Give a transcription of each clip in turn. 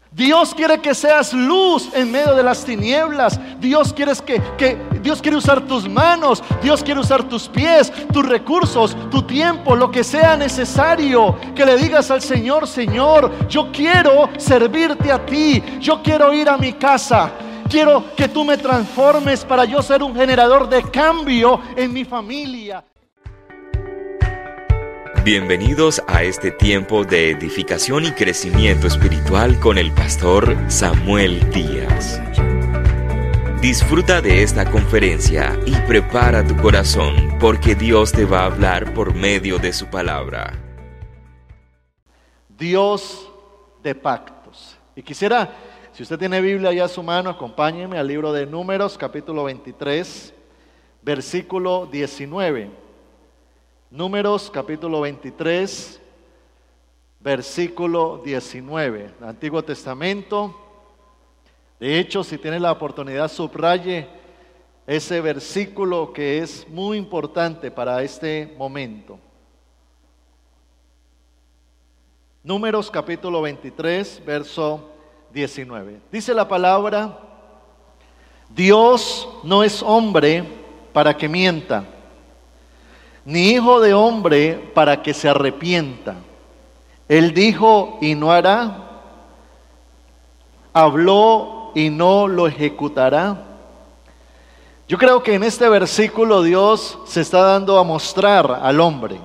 Dios quiere que seas luz en medio de las tinieblas. Dios quiere Dios quiere usar tus manos, Dios quiere usar tus pies, tus recursos, tu tiempo, lo que sea necesario. Que le digas al Señor: Señor, yo quiero servirte a ti, yo quiero ir a mi casa, quiero que tú me transformes para yo ser un generador de cambio en mi familia. Bienvenidos a este tiempo de edificación y crecimiento espiritual con el pastor Samuel Díaz. Disfruta de esta conferencia y prepara tu corazón, porque Dios te va a hablar por medio de su palabra. Dios de pactos. Y quisiera, si usted tiene Biblia ya a su mano, acompáñeme al libro de Números, capítulo 23, versículo 19. Números capítulo 23, versículo 19, Antiguo Testamento. De hecho, si tiene la oportunidad, subraye ese versículo que es muy importante para este momento. Números capítulo 23, verso 19. Dice la palabra: Dios no es hombre para que mienta, ni hijo de hombre para que se arrepienta. Él dijo y no hará, habló y no lo ejecutará. Yo creo que en este versículo Dios se está dando a mostrar al hombre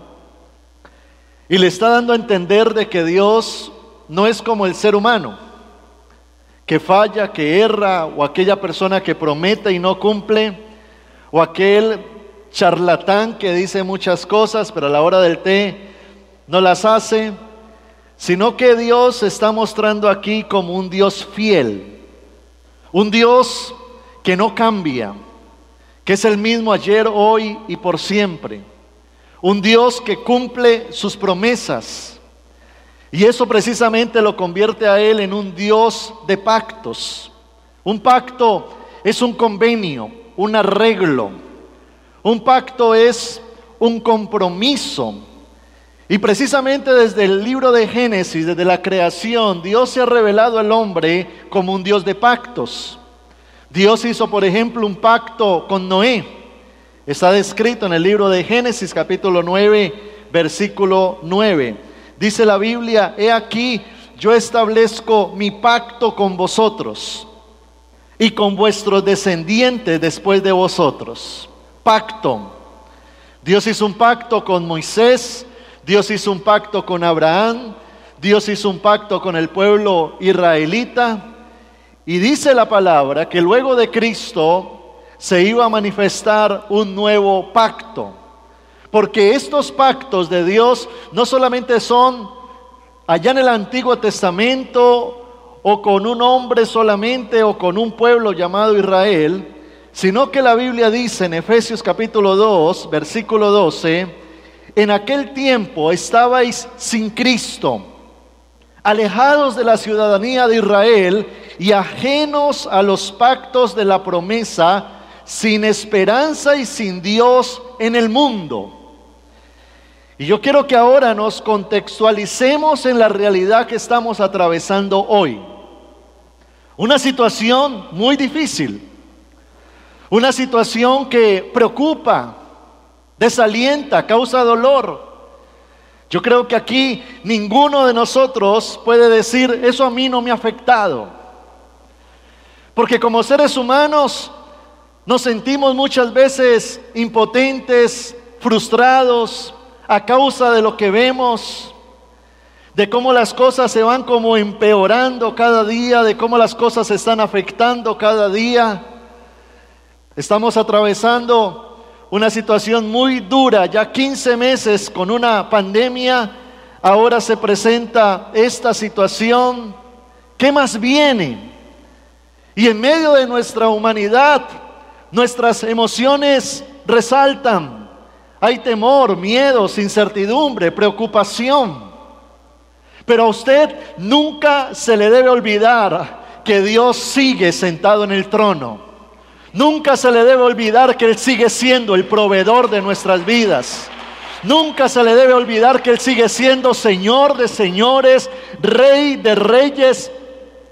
y le está dando a entender de que Dios no es como el ser humano, que falla, que erra, o aquella persona que promete y no cumple, o aquel charlatán que dice muchas cosas pero a la hora del té no las hace, sino que Dios se está mostrando aquí como un Dios fiel, un Dios que no cambia, que es el mismo ayer, hoy y por siempre, un Dios que cumple sus promesas, y eso precisamente lo convierte a Él en un Dios de pactos. Un pacto es un convenio, un arreglo. Un pacto es un compromiso. Y precisamente desde el libro de Génesis, desde la creación, Dios se ha revelado al hombre como un Dios de pactos. Dios hizo, por ejemplo, un pacto con Noé. Está descrito en el libro de Génesis, capítulo 9, versículo 9. Dice la Biblia: he aquí, yo establezco mi pacto con vosotros y con vuestros descendientes después de vosotros. Pacto. Dios hizo un pacto con Moisés, Dios hizo un pacto con Abraham, Dios hizo un pacto con el pueblo israelita, y dice la palabra que luego de Cristo se iba a manifestar un nuevo pacto, porque estos pactos de Dios no solamente son allá en el Antiguo Testamento o con un hombre solamente o con un pueblo llamado Israel, sino que la Biblia dice en Efesios capítulo 2, versículo 12: en aquel tiempo estabais sin Cristo, alejados de la ciudadanía de Israel y ajenos a los pactos de la promesa, sin esperanza y sin Dios en el mundo. Y yo quiero que ahora nos contextualicemos en la realidad que estamos atravesando hoy. Una situación muy difícil. Una situación que preocupa, desalienta, causa dolor. Yo creo que aquí ninguno de nosotros puede decir: eso a mí no me ha afectado. Porque como seres humanos nos sentimos muchas veces impotentes, frustrados, a causa de lo que vemos, de cómo las cosas se van como empeorando cada día, de cómo las cosas se están afectando cada día. Estamos atravesando una situación muy dura, ya 15 meses con una pandemia, ahora se presenta esta situación. ¿Qué más viene? Y en medio de nuestra humanidad, nuestras emociones resaltan. Hay temor, miedos, incertidumbre, preocupación. Pero a usted nunca se le debe olvidar que Dios sigue sentado en el trono. Nunca se le debe olvidar que Él sigue siendo el proveedor de nuestras vidas. Nunca se le debe olvidar que Él sigue siendo Señor de señores, Rey de reyes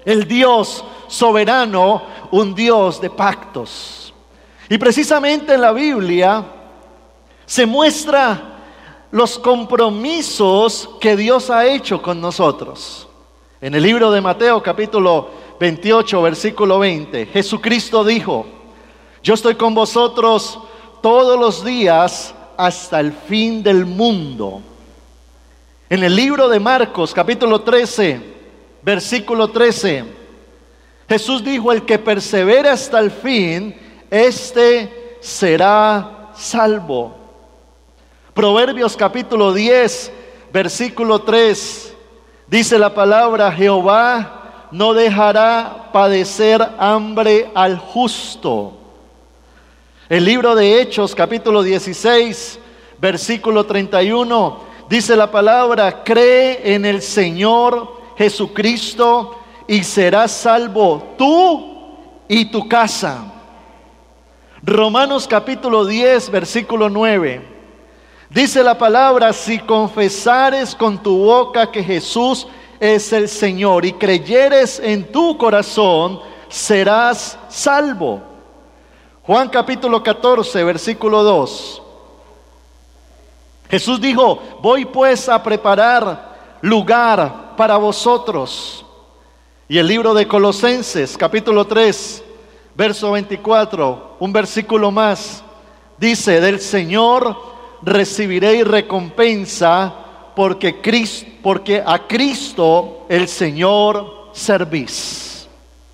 El Dios soberano, un Dios de pactos. Y precisamente en la Biblia se muestra los compromisos que Dios ha hecho con nosotros. En el libro de Mateo capítulo 28, versículo 20, Jesucristo dijo: yo estoy con vosotros todos los días hasta el fin del mundo. En el libro de Marcos capítulo 13, versículo 13, Jesús dijo: el que persevere hasta el fin, éste será salvo. Proverbios capítulo 10, versículo 3, dice la palabra: Jehová no dejará padecer hambre al justo. El libro de Hechos capítulo 16, versículo 31, dice la palabra: cree en el Señor Jesucristo y serás salvo tú y tu casa. Romanos capítulo 10, versículo 9. Dice la palabra: si confesares con tu boca que Jesús es el Señor y creyeres en tu corazón, serás salvo. Juan capítulo 14, versículo 2. Jesús dijo: voy pues a preparar lugar para vosotros. Y el libro de Colosenses capítulo 3, verso 24, un versículo más, dice: del Señor recibiréis recompensa, porque a Cristo el Señor servís.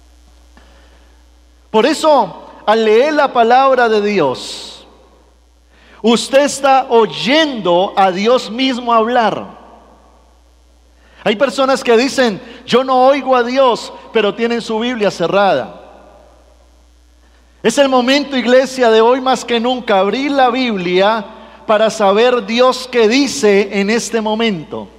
Por eso, al leer la palabra de Dios, usted está oyendo a Dios mismo hablar. Hay personas que dicen: yo no oigo a Dios, pero tienen su Biblia cerrada. Es el momento, iglesia, de hoy más que nunca abrir la Biblia para saber Dios qué dice en este momento.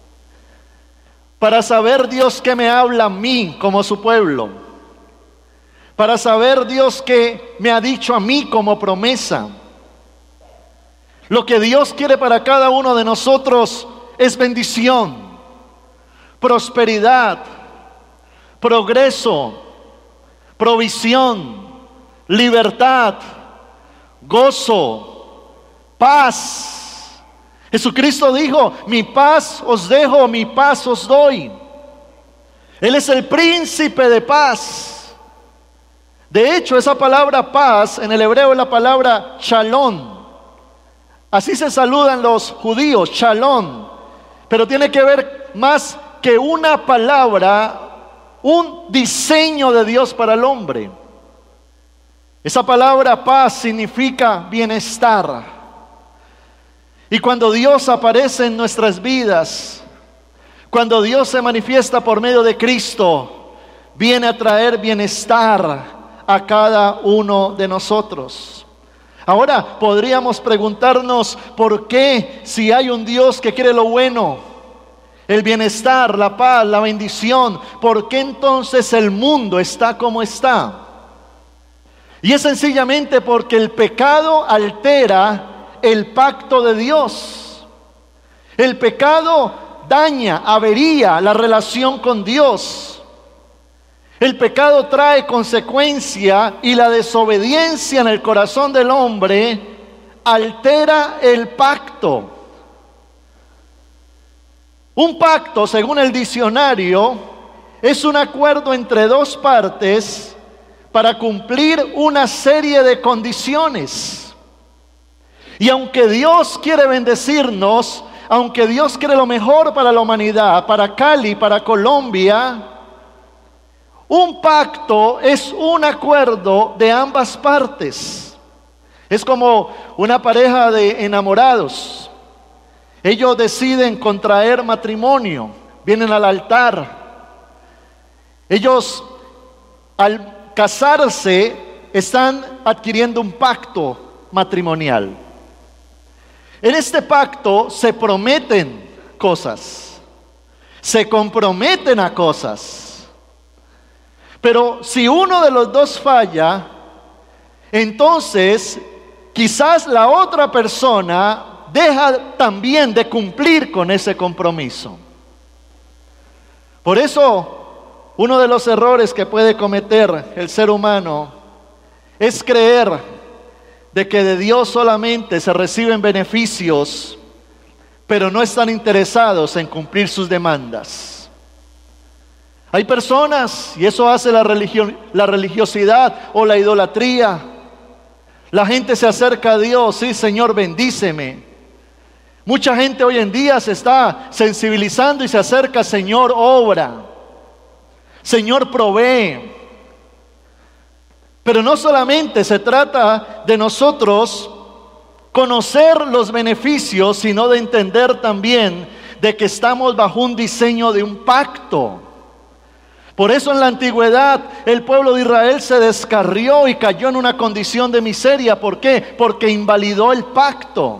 Para saber Dios qué me habla a mí como su pueblo. Para saber Dios qué me ha dicho a mí como promesa. Lo que Dios quiere para cada uno de nosotros es bendición, prosperidad, progreso, provisión, libertad, gozo, paz. Jesucristo dijo: mi paz os dejo, mi paz os doy. Él es el príncipe de paz. De hecho, esa palabra paz en el hebreo es la palabra shalom. Así se saludan los judíos, shalom. Pero tiene que ver más que una palabra, un diseño de Dios para el hombre. Esa palabra paz significa bienestar. Y cuando Dios aparece en nuestras vidas, cuando Dios se manifiesta por medio de Cristo, viene a traer bienestar a cada uno de nosotros. Ahora podríamos preguntarnos: ¿por qué, si hay un Dios que quiere lo bueno, el bienestar, la paz, la bendición, por qué entonces el mundo está como está? Y es sencillamente porque el pecado altera el pacto de Dios. El pecado daña, avería la relación con Dios. El pecado trae consecuencia, y la desobediencia en el corazón del hombre altera el pacto. Un pacto, según el diccionario, es un acuerdo entre dos partes para cumplir una serie de condiciones. Y aunque Dios quiere bendecirnos, aunque Dios quiere lo mejor para la humanidad, para Cali, para Colombia, un pacto es un acuerdo de ambas partes. Es como una pareja de enamorados. Ellos deciden contraer matrimonio, vienen al altar. Ellos, al casarse, están adquiriendo un pacto matrimonial. En este pacto se prometen cosas, se comprometen a cosas. Pero si uno de los dos falla, entonces quizás la otra persona deja también de cumplir con ese compromiso. Por eso Uno de los errores que puede cometer el ser humano es creer de que de Dios solamente se reciben beneficios, pero no están interesados en cumplir sus demandas. Hay personas, y eso hace la religiosidad o la idolatría. La gente se acerca a Dios, sí, Señor, bendíceme. Mucha gente hoy en día se está sensibilizando y se acerca, Señor, obra. Señor, provee. Pero no solamente se trata de nosotros conocer los beneficios, sino de entender también de que estamos bajo un diseño de un pacto. Por eso en la antigüedad el pueblo de Israel se descarrió y cayó en una condición de miseria. ¿Por qué? Porque invalidó el pacto.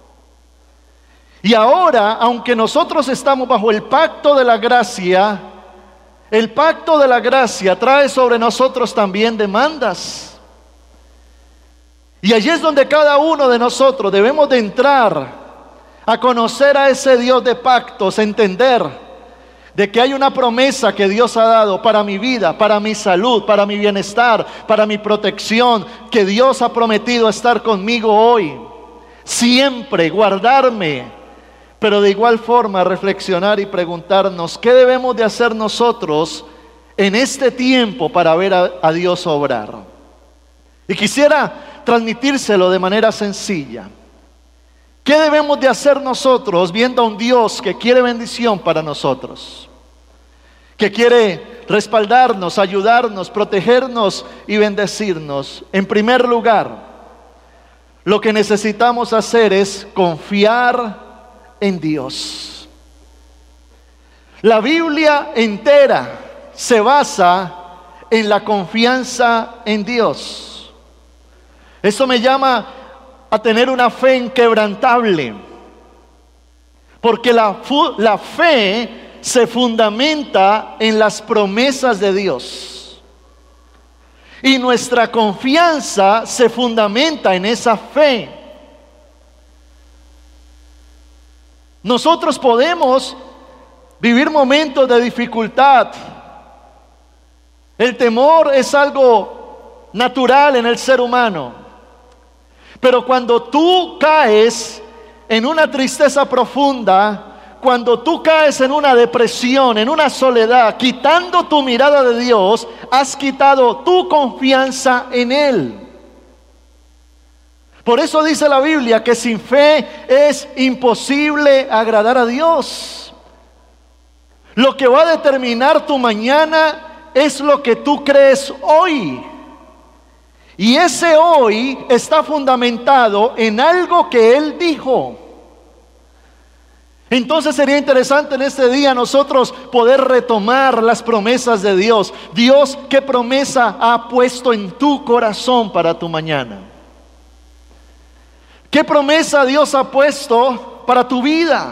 Y ahora, aunque nosotros estamos bajo el pacto de la gracia, el pacto de la gracia trae sobre nosotros también demandas. Y allí es donde cada uno de nosotros debemos de entrar a conocer a ese Dios de pactos, entender de que hay una promesa que Dios ha dado para mi vida, para mi salud, para mi bienestar, para mi protección, que Dios ha prometido estar conmigo hoy, siempre, guardarme. Pero de igual forma reflexionar y preguntarnos ¿qué debemos de hacer nosotros en este tiempo para ver a Dios obrar? Y quisiera transmitírselo de manera sencilla. ¿Qué debemos de hacer nosotros viendo a un Dios que quiere bendición para nosotros? Que quiere respaldarnos, ayudarnos, protegernos y bendecirnos. En primer lugar, lo que necesitamos hacer es confiar en Dios. La Biblia entera se basa en la confianza en Dios. Eso me llama a tener una fe inquebrantable, porque la fe se fundamenta en las promesas de Dios, y nuestra confianza se fundamenta en esa fe. Nosotros podemos vivir momentos de dificultad. El temor es algo natural en el ser humano. Pero cuando tú caes en una tristeza profunda, cuando tú caes en una depresión, en una soledad, quitando tu mirada de Dios, has quitado tu confianza en Él. Por eso dice la Biblia que sin fe es imposible agradar a Dios. Lo que va a determinar tu mañana es lo que tú crees hoy. Y ese hoy está fundamentado en algo que Él dijo. Entonces sería interesante en este día nosotros poder retomar las promesas de Dios. Dios, ¿qué promesa ha puesto en tu corazón para tu mañana? ¿Qué promesa Dios ha puesto para tu vida?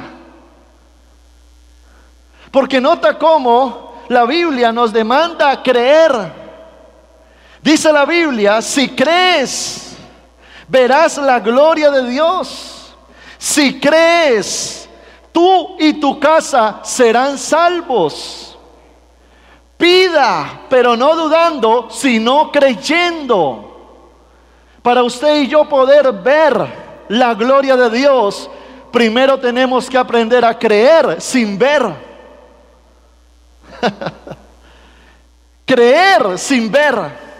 Porque nota cómo la Biblia nos demanda creer. Dice la Biblia, si crees, verás la gloria de Dios. Si crees, tú y tu casa serán salvos. Pida, pero no dudando, sino creyendo. Para usted y yo poder ver la gloria de Dios, primero tenemos que aprender a creer sin ver. Creer sin ver.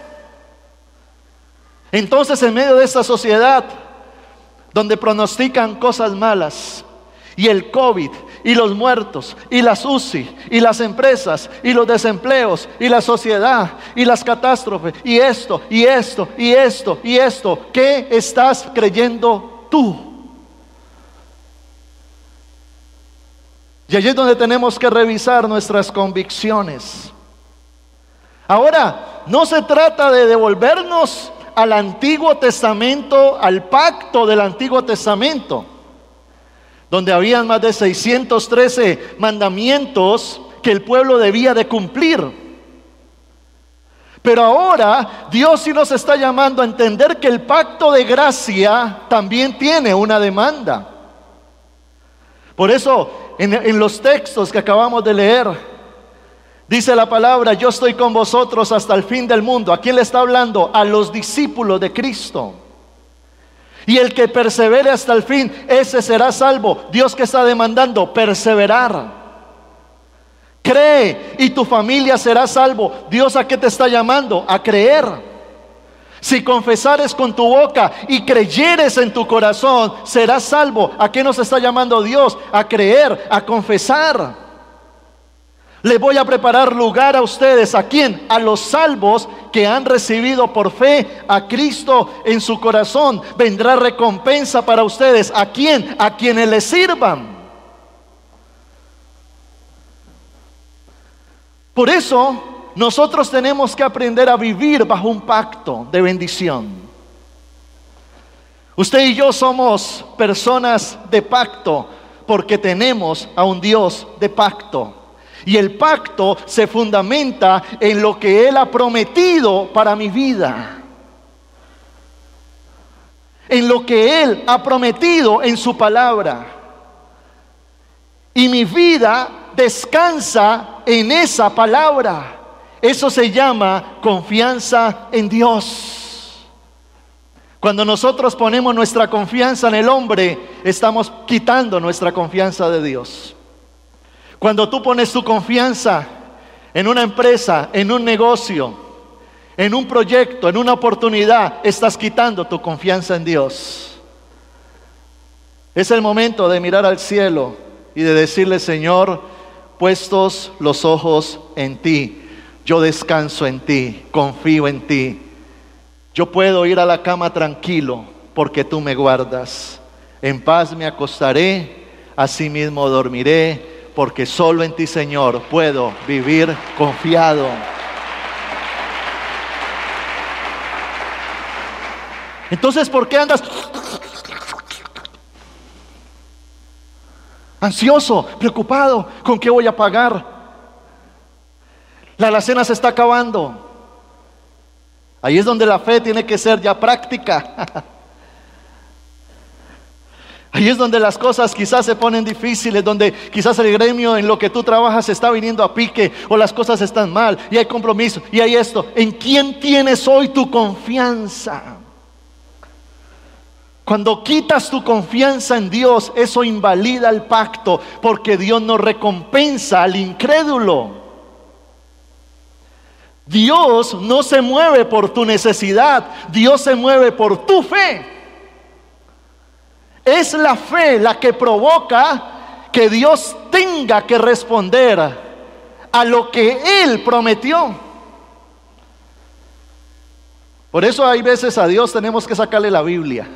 Entonces, en medio de esta sociedad donde pronostican cosas malas, y el COVID, y los muertos, y las UCI, y las empresas, y los desempleos, y la sociedad, y las catástrofes, y esto, y esto, y esto, y esto, ¿qué estás creyendo tú? Y allí es donde tenemos que revisar nuestras convicciones. Ahora, no se trata de devolvernos al Antiguo Testamento, al pacto del Antiguo Testamento, donde habían más de 613 mandamientos que el pueblo debía de cumplir. Pero ahora Dios sí nos está llamando a entender que el pacto de gracia también tiene una demanda. Por eso en los textos que acabamos de leer, Dice la palabra, yo estoy con vosotros hasta el fin del mundo. ¿A quién le está hablando? A los discípulos de Cristo. Y el que persevere hasta el fin, ese será salvo. Dios, que está demandando perseverar. Cree y tu familia será salvo. Dios, ¿a qué te está llamando? A creer. Si confesares con tu boca y creyeres en tu corazón, serás salvo. ¿A qué nos está llamando Dios? A creer, a confesar. Le voy a preparar lugar a ustedes. ¿A quién? A los salvos que han recibido por fe a Cristo en su corazón. Vendrá recompensa para ustedes. ¿A quién? A quienes les sirvan. Por eso, nosotros tenemos que aprender a vivir bajo un pacto de bendición. Usted y yo somos personas de pacto porque tenemos a un Dios de pacto. Y el pacto se fundamenta en lo que Él ha prometido para mi vida. En lo que Él ha prometido en su palabra. Y mi vida descansa en esa palabra. Eso se llama confianza en Dios. Cuando nosotros ponemos nuestra confianza en el hombre, estamos quitando nuestra confianza de Dios. Cuando tú pones tu confianza en una empresa, en un negocio, en un proyecto, en una oportunidad, estás quitando tu confianza en Dios. Es el momento de mirar al cielo y de decirle: Señor, puestos los ojos en ti, yo descanso en ti, confío en ti. Yo puedo ir a la cama tranquilo porque tú me guardas. En paz me acostaré, asimismo dormiré, porque solo en ti, Señor, puedo vivir confiado. Entonces, ¿por qué andas ansioso, preocupado? ¿Con qué voy a pagar? La alacena se está acabando. Ahí es donde la fe tiene que ser ya práctica. Ahí es donde las cosas quizás se ponen difíciles, donde quizás el gremio en lo que tú trabajas está viniendo a pique, o las cosas están mal, y hay compromiso, y hay esto. ¿En quién tienes hoy tu confianza? Cuando quitas tu confianza en Dios, eso invalida el pacto, porque Dios no recompensa al incrédulo. Dios no se mueve por tu necesidad, Dios se mueve por tu fe. Es la fe la que provoca que Dios tenga que responder a lo que Él prometió. Por eso hay veces a Dios tenemos que sacarle la Biblia.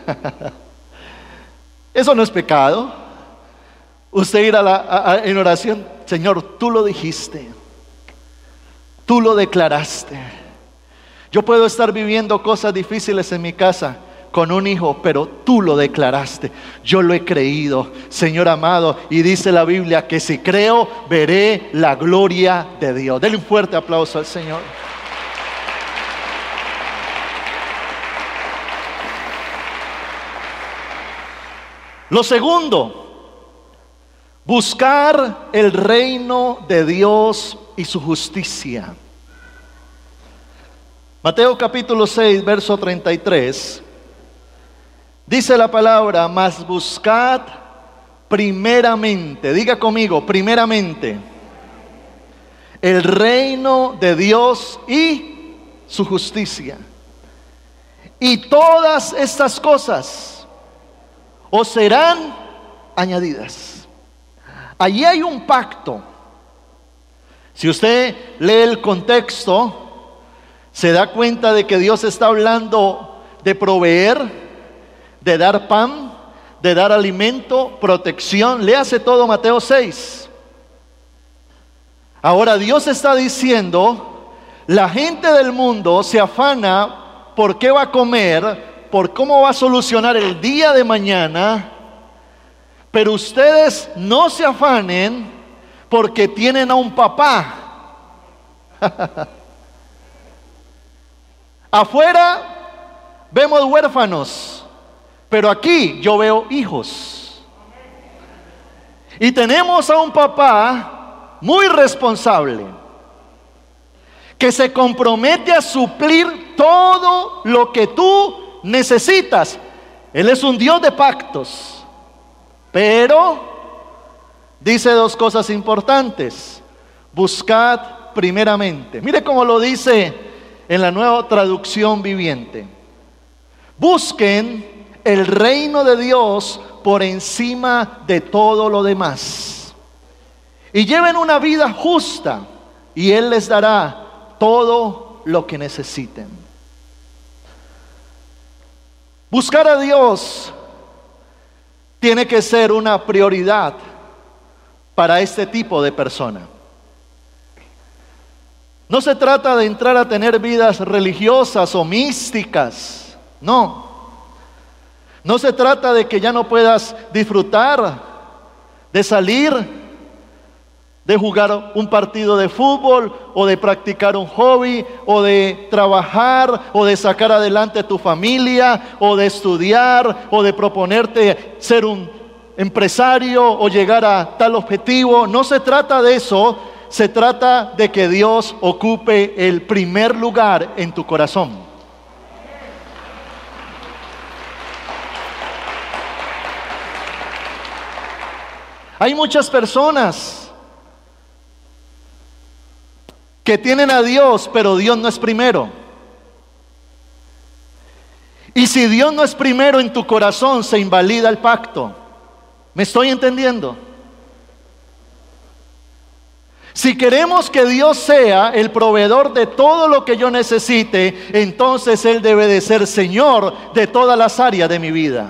Eso no es pecado. Usted ir en oración: Señor, tú lo dijiste, tú lo declaraste. Yo puedo estar viviendo cosas difíciles en mi casa con un hijo, pero tú lo declaraste, yo lo he creído, Señor amado. Y dice la Biblia que si creo, veré la gloria de Dios. Denle un fuerte aplauso al Señor. Lo segundo, buscar el reino de Dios y su justicia. Mateo capítulo 6, verso 33. Dice la palabra: mas buscad primeramente, diga conmigo, primeramente, el reino de Dios y su justicia. Y todas estas cosas os serán añadidas. Allí hay un pacto. Si usted lee el contexto, se da cuenta de que Dios está hablando de proveer, de dar pan, de dar alimento, protección. Léase todo Mateo 6. Ahora Dios está diciendo: la gente del mundo se afana por qué va a comer, por cómo va a solucionar el día de mañana, pero ustedes no se afanen porque tienen a un papá. Afuera vemos huérfanos, pero aquí yo veo hijos. Y tenemos a un papá muy responsable. que se compromete a suplir todo lo que tú necesitas. Él es un Dios de pactos, pero dice dos cosas importantes. Buscad primeramente. Mire cómo lo dice en la Nueva Traducción Viviente. Busquen el reino de Dios por encima de todo lo demás. Y lleven una vida justa, y Él les dará todo lo que necesiten. Buscar a Dios tiene que ser una prioridad para este tipo de persona. No se trata de entrar a tener vidas religiosas o místicas, no. No se trata de que ya no puedas disfrutar de salir, de jugar un partido de fútbol, o de practicar un hobby, o de trabajar, o de sacar adelante tu familia, o de estudiar, o de proponerte ser un empresario o llegar a tal objetivo. No se trata de eso. Se trata de que Dios ocupe el primer lugar en tu corazón. Hay muchas personas que tienen a Dios, pero Dios no es primero. Y si Dios no es primero en tu corazón, se invalida el pacto. ¿Me estoy entendiendo? Si queremos que Dios sea el proveedor de todo lo que yo necesite, entonces Él debe de ser Señor de todas las áreas de mi vida.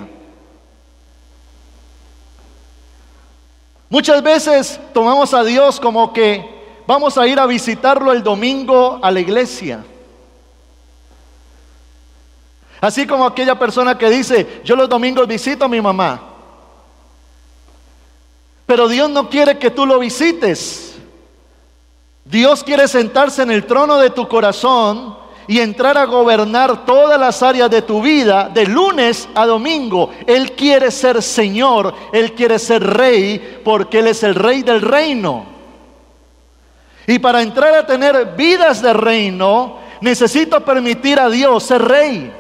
Muchas veces tomamos a Dios como que vamos a ir a visitarlo el domingo a la iglesia. Así como aquella persona que dice, yo los domingos visito a mi mamá. Pero Dios no quiere que tú lo visites. Dios quiere sentarse en el trono de tu corazón y entrar a gobernar todas las áreas de tu vida de lunes a domingo. Él quiere ser Señor, Él quiere ser Rey, porque Él es el Rey del reino. Y para entrar a tener vidas de reino, necesito permitir a Dios ser Rey.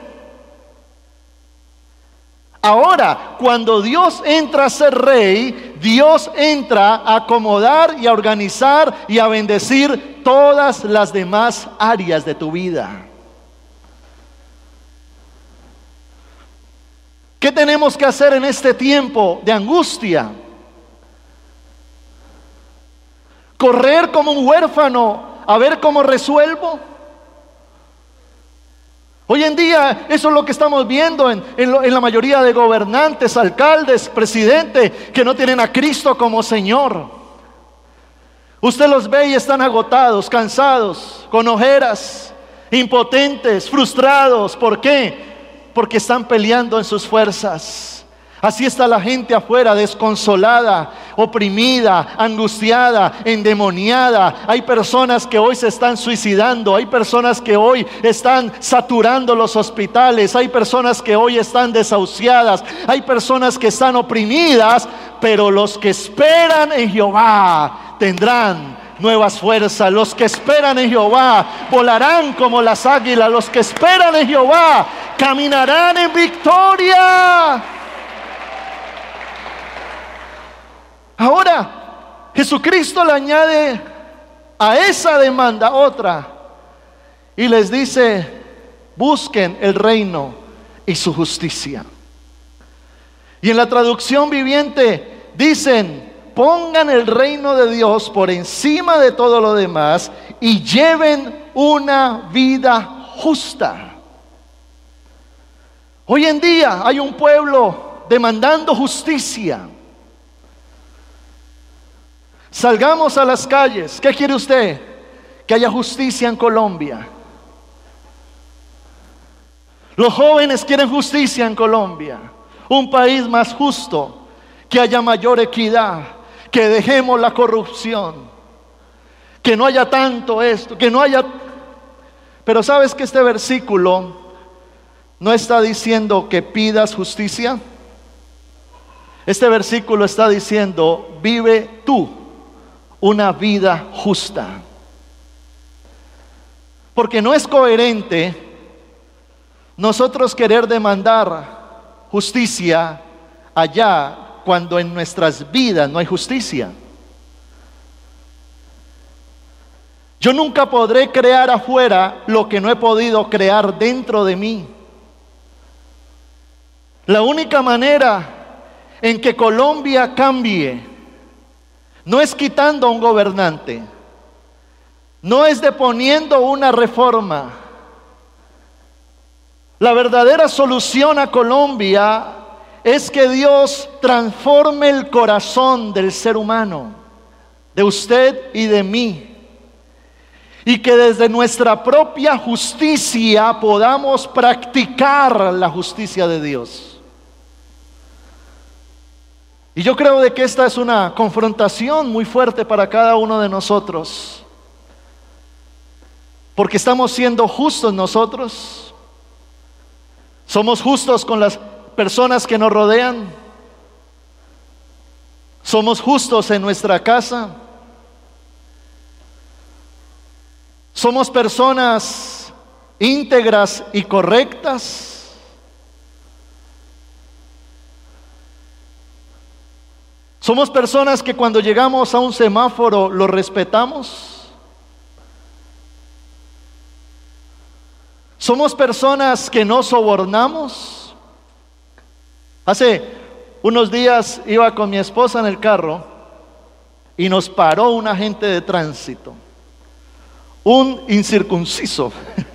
Ahora, cuando Dios entra a ser Rey, Dios entra a acomodar y a organizar y a bendecir todas las demás áreas de tu vida. ¿Qué tenemos que hacer en este tiempo de angustia? ¿Correr como un huérfano a ver cómo resuelvo? Hoy en día eso es lo que estamos viendo en la mayoría de gobernantes, alcaldes, presidentes que no tienen a Cristo como Señor. Usted los ve y están agotados, cansados, con ojeras, impotentes, frustrados. ¿Por qué? Porque están peleando en sus fuerzas. Así está la gente afuera, desconsolada, oprimida, angustiada, endemoniada. Hay personas que hoy se están suicidando. Hay personas que hoy están saturando los hospitales. Hay personas que hoy están desahuciadas. Hay personas que están oprimidas. Pero los que esperan en Jehová tendrán nuevas fuerzas. Los que esperan en Jehová volarán como las águilas. Los que esperan en Jehová caminarán en victoria. Ahora, Jesucristo le añade a esa demanda otra y les dice: busquen el reino y su justicia. Y en la traducción viviente dicen: pongan el reino de Dios por encima de todo lo demás y lleven una vida justa. Hoy en día hay un pueblo demandando justicia. Salgamos a las calles. ¿Qué quiere usted? Que haya justicia en Colombia. Los jóvenes quieren justicia en Colombia. Un país más justo, que haya mayor equidad, que dejemos la corrupción, que no haya tanto esto, que no haya... Pero ¿sabes que este versículo no está diciendo que pidas justicia? Este versículo está diciendo: vive tú una vida justa. Porque no es coherente nosotros querer demandar justicia allá cuando en nuestras vidas no hay justicia. Yo nunca podré crear afuera lo que no he podido crear dentro de mí. La única manera en que Colombia cambie no es quitando a un gobernante, no es deponiendo una reforma. La verdadera solución a Colombia es que Dios transforme el corazón del ser humano, de usted y de mí. Y que desde nuestra propia justicia podamos practicar la justicia de Dios. Y yo creo de que esta es una confrontación muy fuerte para cada uno de nosotros. Porque estamos siendo justos nosotros. Somos justos con las personas que nos rodean. Somos justos en nuestra casa. Somos personas íntegras y correctas. Somos personas que cuando llegamos a un semáforo lo respetamos. Somos personas que no sobornamos. Hace unos días iba con mi esposa en el carro y nos paró un agente de tránsito. Un incircunciso.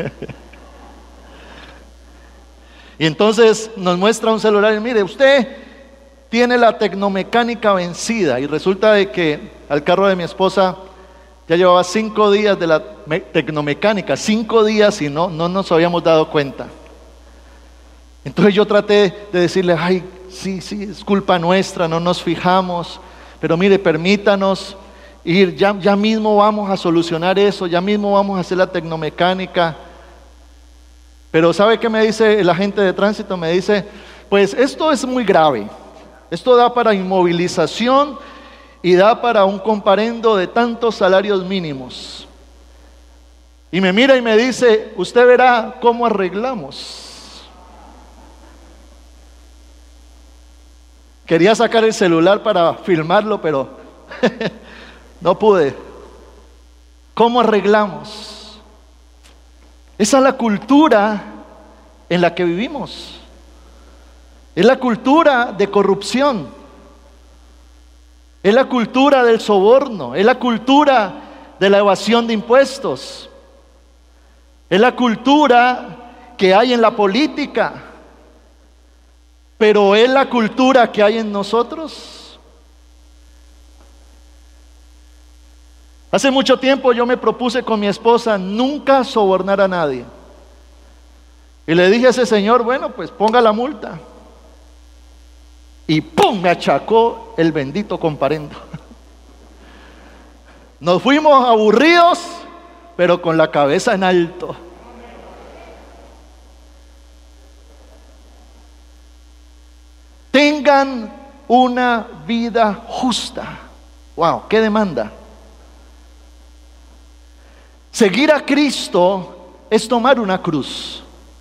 Y entonces nos muestra un celular y mire, usted tiene la tecnomecánica vencida. Y resulta de que al carro de mi esposa ya llevaba 5 días de la tecnomecánica, 5 días y no nos habíamos dado cuenta. Entonces yo traté de decirle, ay, sí, es culpa nuestra, no nos fijamos, pero mire, permítanos ir, ya mismo vamos a solucionar eso, ya mismo vamos a hacer la tecnomecánica. Pero ¿sabe qué me dice el agente de tránsito? Me dice, pues esto es muy grave, esto da para inmovilización y da para un comparendo de tantos salarios mínimos. Y me mira y me dice, usted verá cómo arreglamos. Quería sacar el celular para filmarlo, pero no pude. ¿Cómo arreglamos? Esa es la cultura en la que vivimos. Es la cultura de corrupción. Es la cultura del soborno. Es la cultura de la evasión de impuestos. Es la cultura que hay en la política. Pero es la cultura que hay en nosotros. Hace mucho tiempo yo me propuse con mi esposa nunca sobornar a nadie. Y le dije a ese señor, bueno, pues ponga la multa. Y ¡pum! Me achacó el bendito comparendo. Nos fuimos aburridos, pero con la cabeza en alto. Tengan una vida justa. ¡Wow! ¡Qué demanda! Seguir a Cristo es tomar una cruz.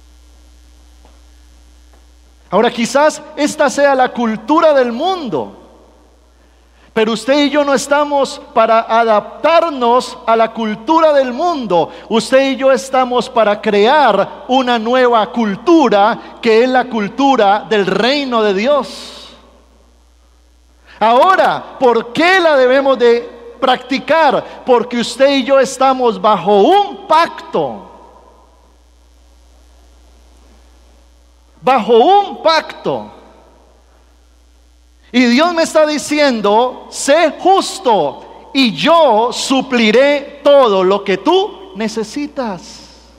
Ahora quizás esta sea la cultura del mundo, pero usted y yo no estamos para adaptarnos a la cultura del mundo. Usted y yo estamos para crear una nueva cultura, que es la cultura del reino de Dios. Ahora, ¿por qué la debemos de practicar? Porque usted y yo estamos bajo un pacto. Bajo un pacto. Y Dios me está diciendo, sé justo y yo supliré todo lo que tú necesitas.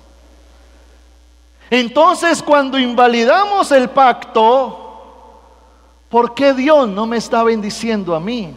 Entonces, cuando invalidamos el pacto, ¿por qué Dios no me está bendiciendo a mí?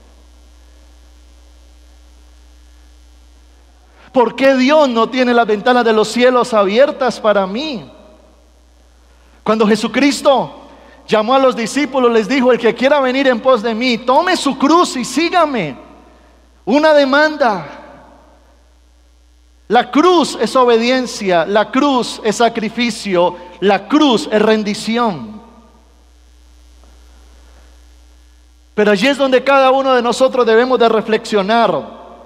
¿Por qué Dios no tiene las ventanas de los cielos abiertas para mí? Cuando Jesucristo llamó a los discípulos, les dijo, el que quiera venir en pos de mí, tome su cruz y sígame. Una demanda. La cruz es obediencia, la cruz es sacrificio, la cruz es rendición. Pero allí es donde cada uno de nosotros debemos de reflexionar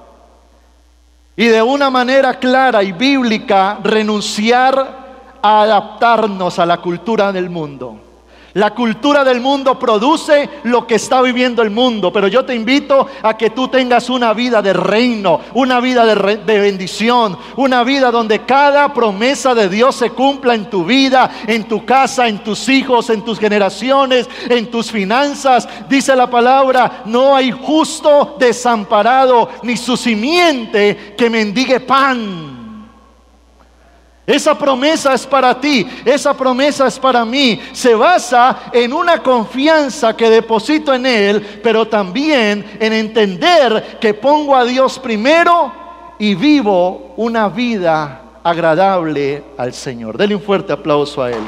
y de una manera clara y bíblica renunciar a adaptarnos a la cultura del mundo. La cultura del mundo produce lo que está viviendo el mundo, pero yo te invito a que tú tengas una vida de reino, una vida de bendición, una vida donde cada promesa de Dios se cumpla en tu vida, en tu casa, en tus hijos, en tus generaciones, en tus finanzas. Dice la palabra: no hay justo desamparado, ni su simiente que mendigue pan. Esa promesa es para ti, esa promesa es para mí. Se basa en una confianza que deposito en Él, pero también en entender que pongo a Dios primero y vivo una vida agradable al Señor. Denle un fuerte aplauso a Él.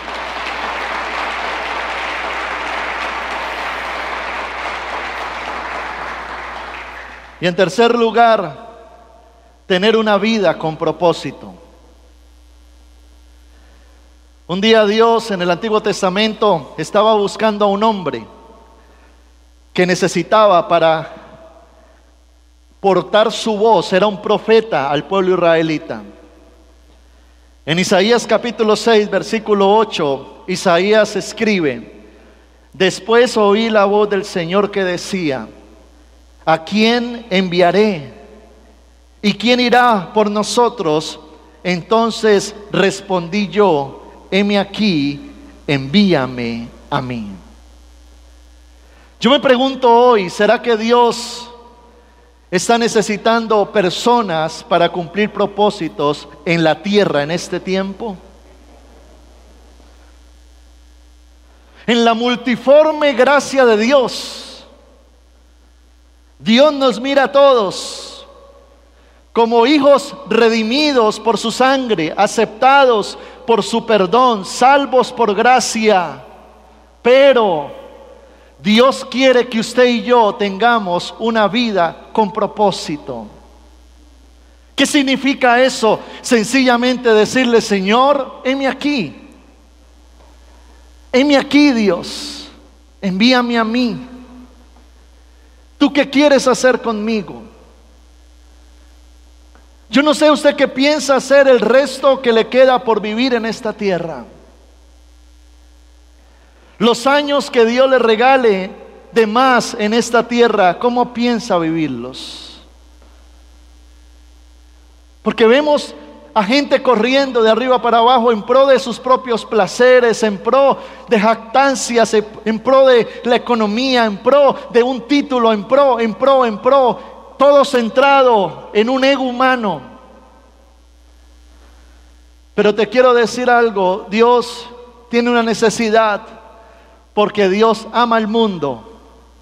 Y en tercer lugar, tener una vida con propósito. Un día Dios en el Antiguo Testamento estaba buscando a un hombre que necesitaba para portar su voz. Era un profeta al pueblo israelita. En Isaías capítulo 6, versículo 8, Isaías escribe: después oí la voz del Señor que decía: ¿a quién enviaré? ¿Y quién irá por nosotros? Entonces respondí yo: heme aquí, envíame a mí. Yo me pregunto hoy, ¿será que Dios está necesitando personas para cumplir propósitos en la tierra en este tiempo? En la multiforme gracia de Dios, Dios nos mira a todos como hijos redimidos por su sangre, aceptados por su perdón, salvos por gracia. Pero Dios quiere que usted y yo tengamos una vida con propósito. ¿Qué significa eso? Sencillamente decirle: Señor, heme aquí. Heme aquí, Dios. Envíame a mí. ¿Tú qué quieres hacer conmigo? Yo no sé usted qué piensa hacer el resto que le queda por vivir en esta tierra. Los años que Dios le regale de más en esta tierra, ¿cómo piensa vivirlos? Porque vemos a gente corriendo de arriba para abajo en pro de sus propios placeres, en pro de jactancias, en pro de la economía, en pro de un título, en pro. Todo centrado en un ego humano. Pero te quiero decir algo: Dios tiene una necesidad, porque Dios ama al mundo.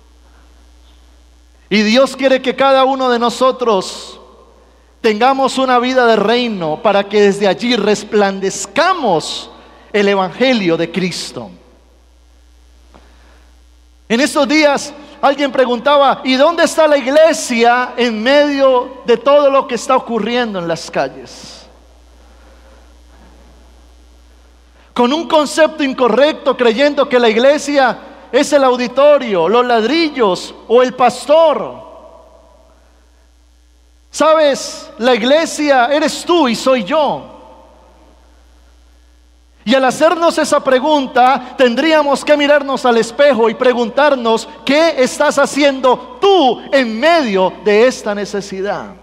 Y Dios quiere que cada uno de nosotros tengamos una vida de reino, para que desde allí resplandezcamos el Evangelio de Cristo. En estos días alguien preguntaba: ¿y dónde está la iglesia en medio de todo lo que está ocurriendo en las calles? Con un concepto incorrecto, creyendo que la iglesia es el auditorio, los ladrillos o el pastor. ¿Sabes? La iglesia eres tú y soy yo. Y al hacernos esa pregunta, tendríamos que mirarnos al espejo y preguntarnos: ¿qué estás haciendo tú en medio de esta necesidad?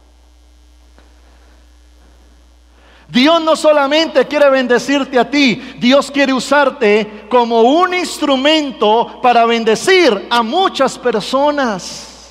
Dios no solamente quiere bendecirte a ti, Dios quiere usarte como un instrumento para bendecir a muchas personas.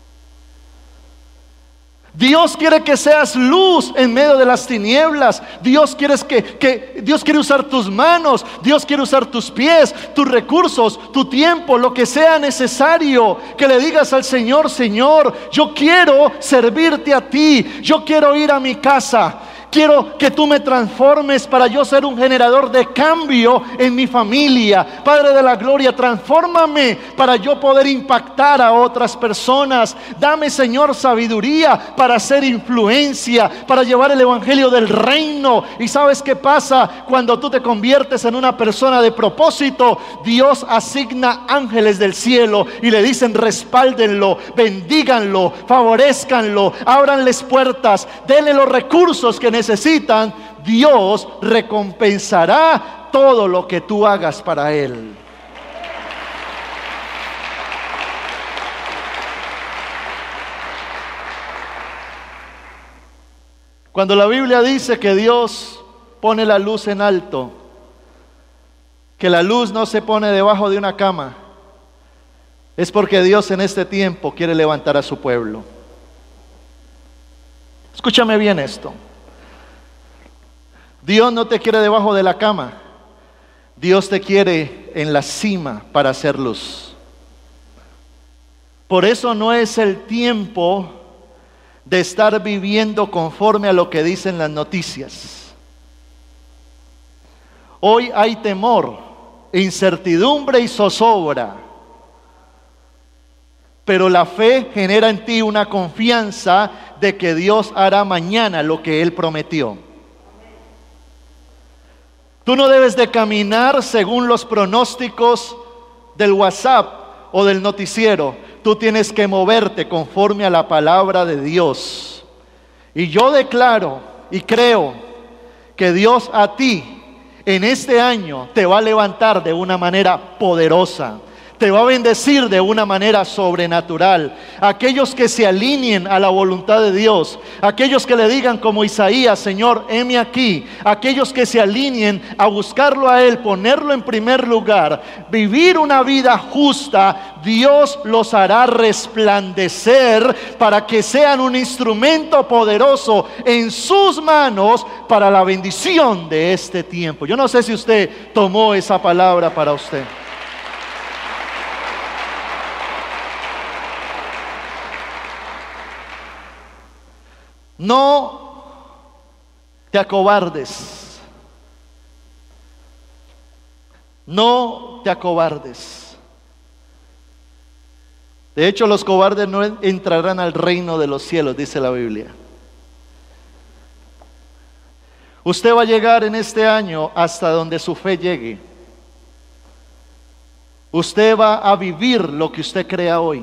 Dios quiere que seas luz en medio de las tinieblas. Dios quiere usar tus manos, Dios quiere usar tus pies, tus recursos, tu tiempo, lo que sea necesario. Que le digas al Señor: Señor, yo quiero servirte a ti, yo quiero ir a mi casa. Quiero que tú me transformes para yo ser un generador de cambio en mi familia. Padre de la gloria, transfórmame para yo poder impactar a otras personas. Dame, Señor, sabiduría para hacer influencia, para llevar el evangelio del reino. ¿Y sabes qué pasa? Cuando tú te conviertes en una persona de propósito, Dios asigna ángeles del cielo y le dicen: respáldenlo, bendíganlo, favorezcanlo, ábranles puertas, denle los recursos que necesitan. Dios recompensará todo lo que tú hagas para Él. Cuando la Biblia dice que Dios pone la luz en alto, que la luz no se pone debajo de una cama, es porque Dios en este tiempo quiere levantar a su pueblo. Escúchame bien esto. Dios no te quiere debajo de la cama. Dios te quiere en la cima para hacer luz. Por eso no es el tiempo de estar viviendo conforme a lo que dicen las noticias. Hoy hay temor, incertidumbre y zozobra. Pero la fe genera en ti una confianza de que Dios hará mañana lo que Él prometió. Tú no debes de caminar según los pronósticos del WhatsApp o del noticiero. Tú tienes que moverte conforme a la palabra de Dios. Y yo declaro y creo que Dios a ti en este año te va a levantar de una manera poderosa. Te va a bendecir de una manera sobrenatural. Aquellos que se alineen a la voluntad de Dios, aquellos que le digan como Isaías: Señor, heme aquí. Aquellos que se alineen a buscarlo a Él, ponerlo en primer lugar, vivir una vida justa, Dios los hará resplandecer para que sean un instrumento poderoso en sus manos para la bendición de este tiempo. Yo no sé si usted tomó esa palabra para usted. No te acobardes. No te acobardes. De hecho, los cobardes no entrarán al reino de los cielos, dice la Biblia. Usted va a llegar en este año hasta donde su fe llegue. Usted va a vivir lo que usted crea hoy.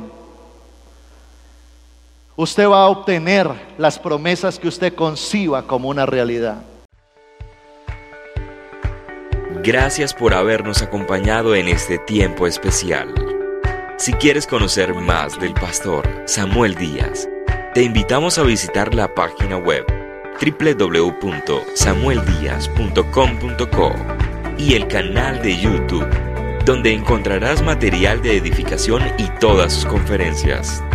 Usted va a obtener las promesas que usted conciba como una realidad. Gracias por habernos acompañado en este tiempo especial. Si quieres conocer más del pastor Samuel Díaz, te invitamos a visitar la página web www.samueldiaz.com.co y el canal de YouTube, donde encontrarás material de edificación y todas sus conferencias.